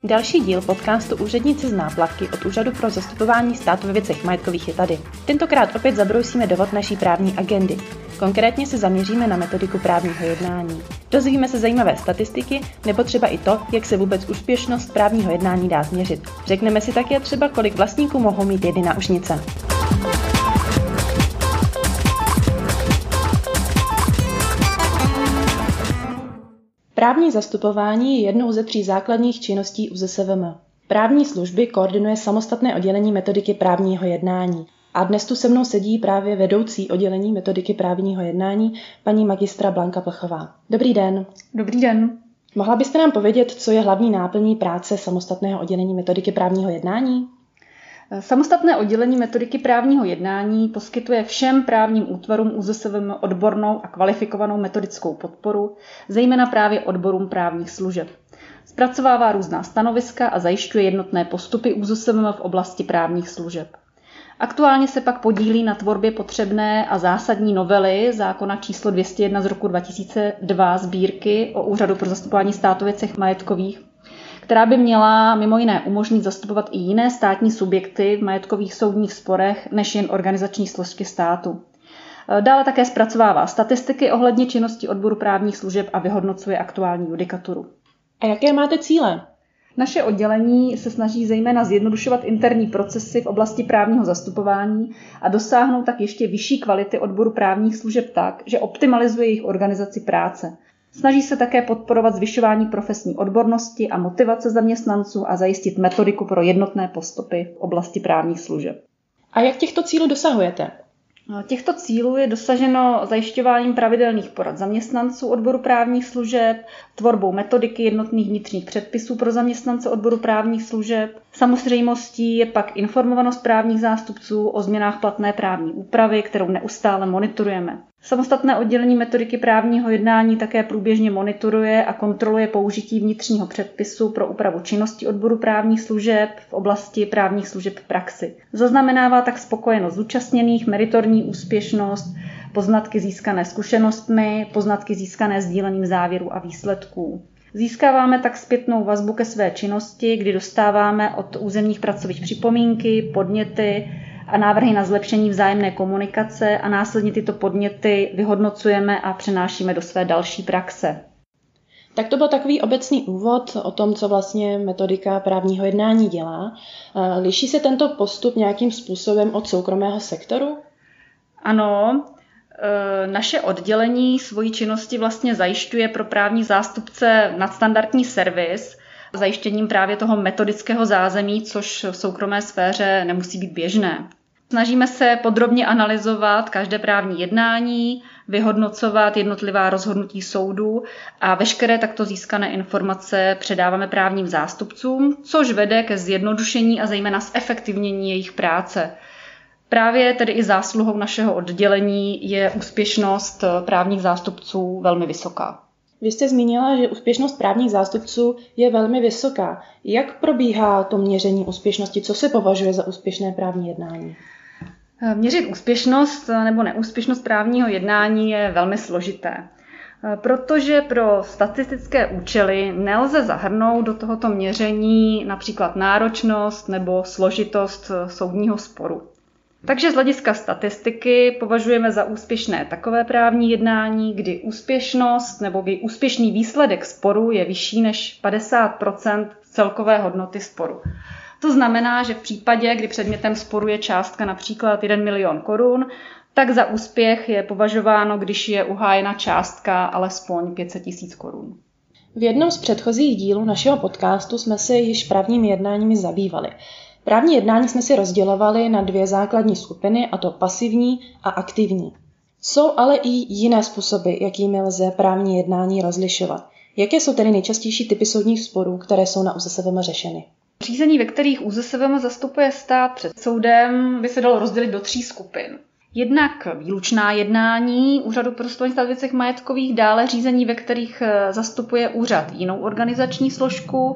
Další díl podcastu Úředníci z náplavky od Úřadu pro zastupování státu ve věcech majetkových je tady. Tentokrát opět zabrousíme do vod naší právní agendy. Konkrétně se zaměříme na metodiku právního jednání. Dozvíme se zajímavé statistiky, nebo třeba i to, jak se vůbec úspěšnost právního jednání dá změřit. Řekneme si také třeba, kolik vlastníků mohou mít jedy na užnice. Právní zastupování je jednou ze 3 základních činností ÚZSVM. Právní služby koordinuje samostatné oddělení metodiky právního jednání. A dnes tu se mnou sedí právě vedoucí oddělení metodiky právního jednání, paní magistra Blanka Plchová. Dobrý den. Dobrý den. Mohla byste nám povědět, co je hlavní náplní práce samostatného oddělení metodiky právního jednání? Samostatné oddělení metodiky právního jednání poskytuje všem právním útvarům ÚZSVM odbornou a kvalifikovanou metodickou podporu, zejména právě odborům právních služeb. Zpracovává různá stanoviska a zajišťuje jednotné postupy ÚZSVM v oblasti právních služeb. Aktuálně se pak podílí na tvorbě potřebné a zásadní novely zákona číslo 201 z roku 2002 sbírky o Úřadu pro zastupování státu ve věcech majetkových, která by měla mimo jiné umožnit zastupovat i jiné státní subjekty v majetkových soudních sporech než jen organizační složky státu. Dále také zpracovává statistiky ohledně činnosti odboru právních služeb a vyhodnocuje aktuální judikaturu. A jaké máte cíle? Naše oddělení se snaží zejména zjednodušovat interní procesy v oblasti právního zastupování a dosáhnout tak ještě vyšší kvality odboru právních služeb tak, že optimalizuje jejich organizaci práce. Snaží se také podporovat zvyšování profesní odbornosti a motivace zaměstnanců a zajistit metodiku pro jednotné postupy v oblasti právních služeb. A jak těchto cílů dosahujete? Těchto cílů je dosaženo zajišťováním pravidelných porad zaměstnanců odboru právních služeb, tvorbou metodiky jednotných vnitřních předpisů pro zaměstnance odboru právních služeb. Samozřejmostí je pak informovanost právních zástupců o změnách platné právní úpravy, kterou neustále monitorujeme. Samostatné oddělení metodiky právního jednání také průběžně monitoruje a kontroluje použití vnitřního předpisu pro úpravu činnosti odboru právních služeb v oblasti právních služeb v praxi. Zaznamenává tak spokojenost zúčastněných, meritorní úspěšnost, poznatky získané zkušenostmi, poznatky získané sdílením závěrů a výsledků. Získáváme tak zpětnou vazbu ke své činnosti, kdy dostáváme od územních pracovišť připomínky, podněty a návrhy na zlepšení vzájemné komunikace a následně tyto podněty vyhodnocujeme a přenášíme do své další praxe. Tak to byl takový obecný úvod o tom, co vlastně metodika právního jednání dělá. Liší se tento postup nějakým způsobem od soukromého sektoru? Ano, naše oddělení svojí činnosti vlastně zajišťuje pro právní zástupce nadstandardní servis, zajištěním právě toho metodického zázemí, což v soukromé sféře nemusí být běžné. Snažíme se podrobně analyzovat každé právní jednání, vyhodnocovat jednotlivá rozhodnutí soudů a veškeré takto získané informace předáváme právním zástupcům, což vede ke zjednodušení a zejména zefektivnění jejich práce. Právě tedy i zásluhou našeho oddělení je úspěšnost právních zástupců velmi vysoká. Vy jste zmínila, že úspěšnost právních zástupců je velmi vysoká. Jak probíhá to měření úspěšnosti? Co se považuje za úspěšné právní jednání? Měřit úspěšnost nebo neúspěšnost právního jednání je velmi složité, protože pro statistické účely nelze zahrnout do tohoto měření například náročnost nebo složitost soudního sporu. Takže z hlediska statistiky považujeme za úspěšné takové právní jednání, kdy úspěšnost nebo kdy úspěšný výsledek sporu je vyšší než 50% celkové hodnoty sporu. To znamená, že v případě, kdy předmětem sporu je částka například 1 milion korun, tak za úspěch je považováno, když je uhájena částka alespoň 500 000 korun. V jednom z předchozích dílů našeho podcastu jsme se již právními jednáními zabývali. Právní jednání jsme si rozdělovali na 2 základní skupiny, a to pasivní a aktivní. Jsou ale i jiné způsoby, jakými lze právní jednání rozlišovat. Jaké jsou tedy nejčastější typy soudních sporů, které jsou na ÚZSVM řešeny? Řízení, ve kterých ÚZSVM zastupuje stát před soudem, by se dalo rozdělit do 3 skupin. Jednak výlučná jednání Úřadu pro zastupování státu ve věcech majetkových, dále řízení, ve kterých zastupuje úřad jinou organizační složku,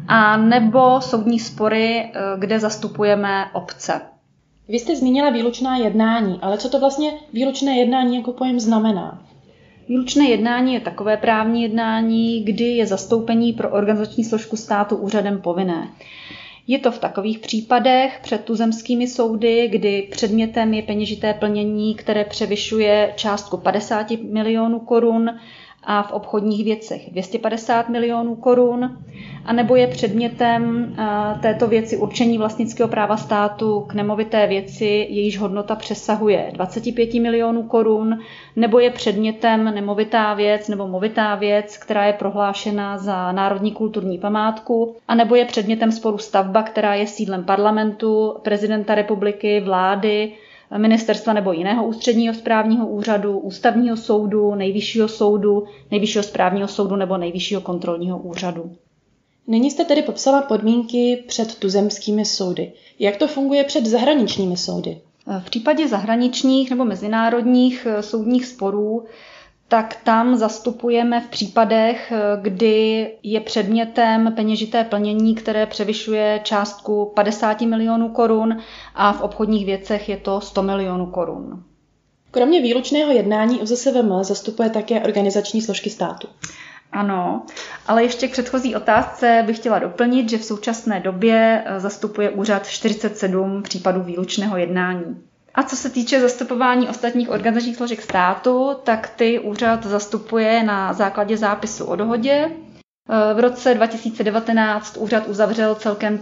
a nebo soudní spory, kde zastupujeme obce. Vy jste zmínila výlučná jednání, ale co to vlastně výlučné jednání jako pojem znamená? Výlučné jednání je takové právní jednání, kdy je zastoupení pro organizační složku státu úřadem povinné. Je to v takových případech před tuzemskými soudy, kdy předmětem je peněžité plnění, které převyšuje částku 50 milionů korun a v obchodních věcech 250 milionů korun, anebo je předmětem této věci určení vlastnického práva státu k nemovité věci, jejíž hodnota přesahuje 25 milionů korun, nebo je předmětem nemovitá věc nebo movitá věc, která je prohlášena za národní kulturní památku, anebo je předmětem sporu stavba, která je sídlem parlamentu, prezidenta republiky, vlády, ministerstva nebo jiného ústředního správního úřadu, ústavního soudu, nejvyššího správního soudu nebo nejvyššího kontrolního úřadu. Nyní jste tedy popsala podmínky před tuzemskými soudy. Jak to funguje před zahraničními soudy? V případě zahraničních nebo mezinárodních soudních sporů tak tam zastupujeme v případech, kdy je předmětem peněžité plnění, které převyšuje částku 50 milionů korun a v obchodních věcech je to 100 milionů korun. Kromě výlučného jednání ÚZSVM zastupuje také organizační složky státu. Ano, ale ještě k předchozí otázce bych chtěla doplnit, že v současné době zastupuje úřad 47 případů výlučného jednání. A co se týče zastupování ostatních organizačních složek státu, tak ty úřad zastupuje na základě zápisu o dohodě. V roce 2019 úřad uzavřel celkem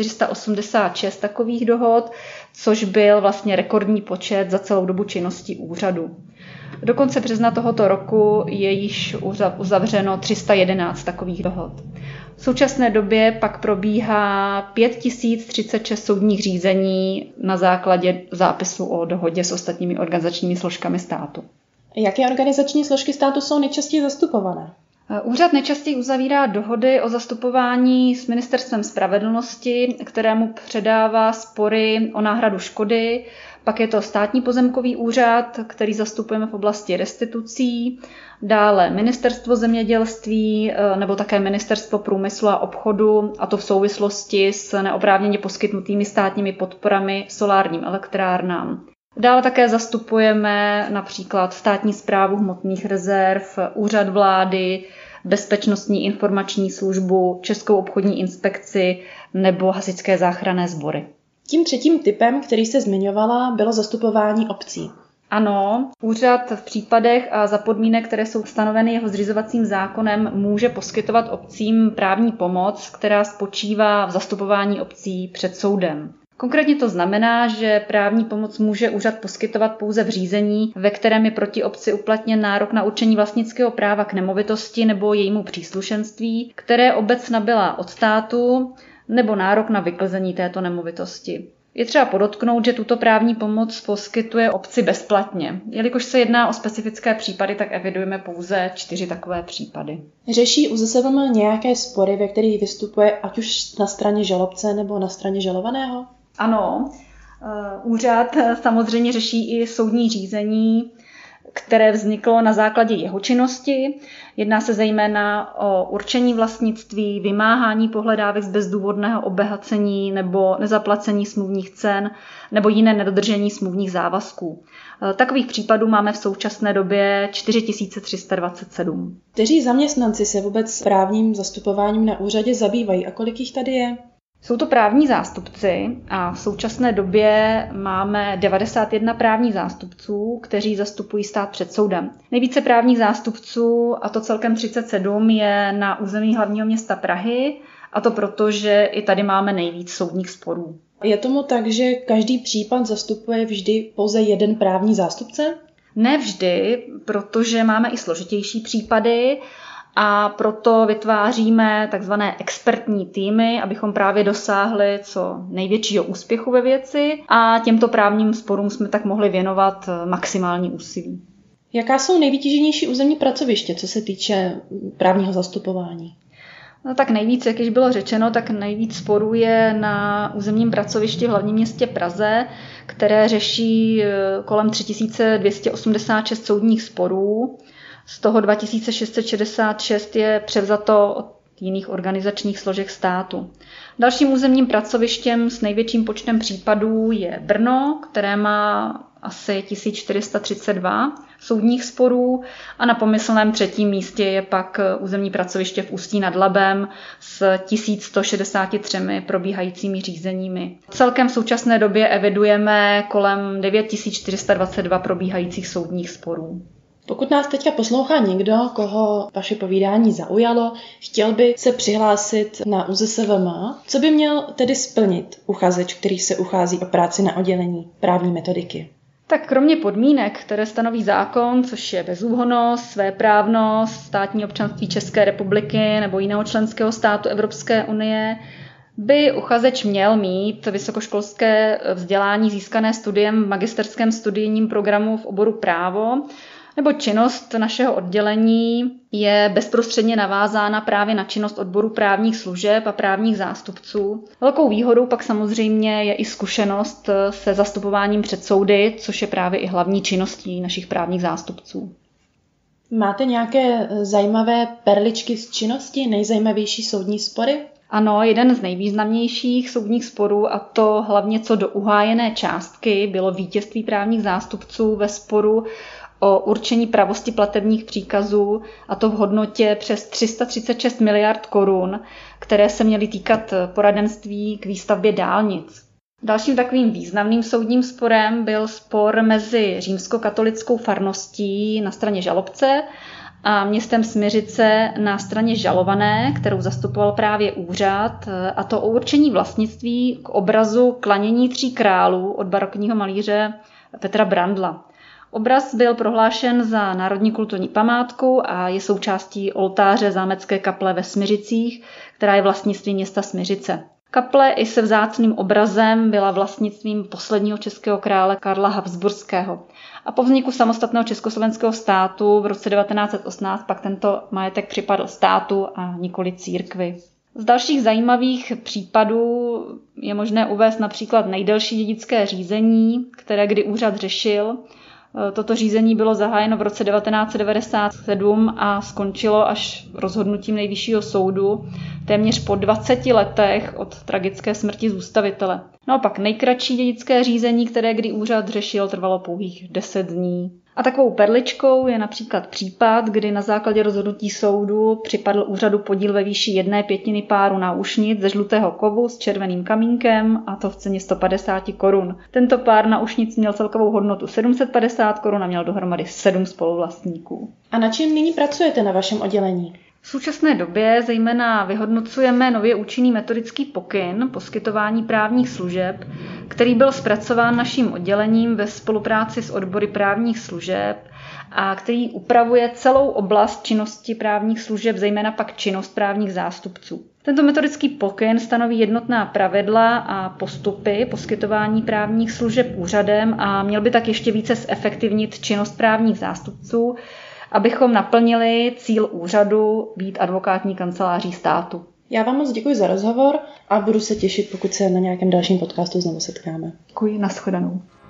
1486 takových dohod, což byl vlastně rekordní počet za celou dobu činnosti úřadu. Do konce března tohoto roku je již uzavřeno 311 takových dohod. V současné době pak probíhá 5036 soudních řízení na základě zápisu o dohodě s ostatními organizačními složkami státu. Jaké organizační složky státu jsou nejčastěji zastupované? Úřad nejčastěji uzavírá dohody o zastupování s Ministerstvem spravedlnosti, kterému předává spory o náhradu škody. Pak je to Státní pozemkový úřad, který zastupujeme v oblasti restitucí, dále Ministerstvo zemědělství nebo také Ministerstvo průmyslu a obchodu, a to v souvislosti s neoprávněně poskytnutými státními podporami solárním elektrárnám. Dále také zastupujeme například Státní správu hmotných rezerv, Úřad vlády, Bezpečnostní informační službu, Českou obchodní inspekci nebo Hasičské záchranné sbory. Tím třetím typem, který jste zmiňovala, bylo zastupování obcí. Ano, úřad v případech a za podmínek, které jsou stanoveny jeho zřizovacím zákonem, může poskytovat obcím právní pomoc, která spočívá v zastupování obcí před soudem. Konkrétně to znamená, že právní pomoc může úřad poskytovat pouze v řízení, ve kterém je proti obci uplatněn nárok na určení vlastnického práva k nemovitosti nebo jejímu příslušenství, které obec nabyla od státu, nebo nárok na vyklizení této nemovitosti. Je třeba podotknout, že tuto právní pomoc poskytuje obci bezplatně. Jelikož se jedná o specifické případy, tak evidujeme pouze 4 takové případy. Řeší ÚZSVM nějaké spory, ve kterých vystupuje ať už na straně žalobce nebo na straně žalovaného? Ano, úřad samozřejmě řeší i soudní řízení, které vzniklo na základě jeho činnosti. Jedná se zejména o určení vlastnictví, vymáhání pohledávek z bezdůvodného obohacení nebo nezaplacení smluvních cen nebo jiné nedodržení smluvních závazků. Takových případů máme v současné době 4327. Kteří zaměstnanci se vůbec právním zastupováním na úřadě zabývají a kolik jich tady je? Jsou to právní zástupci a v současné době máme 91 právních zástupců, kteří zastupují stát před soudem. Nejvíce právních zástupců, a to celkem 37, je na území hlavního města Prahy, a to proto, že i tady máme nejvíc soudních sporů. Je tomu tak, že každý případ zastupuje vždy pouze jeden právní zástupce? Ne vždy, protože máme i složitější případy, a proto vytváříme takzvané expertní týmy, abychom právě dosáhli co největšího úspěchu ve věci a těmto právním sporům jsme tak mohli věnovat maximální úsilí. Jaká jsou nejvytíženější územní pracoviště, co se týče právního zastupování? No, tak nejvíc, jak již bylo řečeno, tak nejvíc sporů je na územním pracovišti v hlavním městě Praze, které řeší kolem 3286 soudních sporů. Z toho 2666 je převzato od jiných organizačních složek státu. Dalším územním pracovištěm s největším počtem případů je Brno, které má asi 1432 soudních sporů a na pomyslném 3. místě je pak územní pracoviště v Ústí nad Labem s 1163 probíhajícími řízeními. Celkem v současné době evidujeme kolem 9422 probíhajících soudních sporů. Pokud nás teďka poslouchá někdo, koho vaše povídání zaujalo, chtěl by se přihlásit na ÚZSVM, co by měl tedy splnit uchazeč, který se uchází o práci na oddělení právní metodiky? Tak kromě podmínek, které stanoví zákon, což je bezúhonnost, svéprávnost, státní občanství České republiky nebo jiného členského státu Evropské unie, by uchazeč měl mít vysokoškolské vzdělání získané studiem v magisterském studijním programu v oboru právo, nebo činnost našeho oddělení je bezprostředně navázána právě na činnost odboru právních služeb a právních zástupců. Velkou výhodou pak samozřejmě je i zkušenost se zastupováním před soudy, což je právě i hlavní činností našich právních zástupců. Máte nějaké zajímavé perličky z činnosti, nejzajímavější soudní spory? Ano, jeden z nejvýznamnějších soudních sporů, a to hlavně co do uhájené částky, bylo vítězství právních zástupců ve sporu o určení pravosti platebních příkazů, a to v hodnotě přes 336 miliard korun, které se měly týkat poradenství k výstavbě dálnic. Dalším takovým významným soudním sporem byl spor mezi římskokatolickou farností na straně žalobce a městem Smiřice na straně žalované, kterou zastupoval právě úřad, a to o určení vlastnictví k obrazu Klanění 3 králů od barokního malíře Petra Brandla. Obraz byl prohlášen za národní kulturní památku a je součástí oltáře zámecké kaple ve Smiřicích, která je vlastnictvím města Smiřice. Kaple i se vzácným obrazem byla vlastnictvím posledního českého krále Karla Habsburského. A po vzniku samostatného československého státu v roce 1918 pak tento majetek připadl státu a nikoli církvi. Z dalších zajímavých případů je možné uvést například nejdelší dědické řízení, které kdy úřad řešil. Toto řízení bylo zahájeno v roce 1997 a skončilo až rozhodnutím Nejvyššího soudu téměř po 20 letech od tragické smrti zůstavitele. Naopak nejkratší dědické řízení, které kdy úřad řešil, trvalo pouhých 10 dní. A takovou perličkou je například případ, kdy na základě rozhodnutí soudu připadl úřadu podíl ve výši 1/5 páru náušnic ze žlutého kovu s červeným kamínkem, a to v ceně 150 korun. Tento pár náušnic měl celkovou hodnotu 750 korun a měl dohromady 7 spoluvlastníků. A na čem nyní pracujete na vašem oddělení? V současné době zejména vyhodnocujeme nově účinný metodický pokyn poskytování právních služeb, který byl zpracován naším oddělením ve spolupráci s odbory právních služeb a který upravuje celou oblast činnosti právních služeb, zejména pak činnost právních zástupců. Tento metodický pokyn stanoví jednotná pravidla a postupy poskytování právních služeb úřadem a měl by tak ještě více zefektivnit činnost právních zástupců, abychom naplnili cíl úřadu být advokátní kanceláří státu. Já vám moc děkuji za rozhovor a budu se těšit, pokud se na nějakém dalším podcastu znovu setkáme. Děkuji, nashledanou.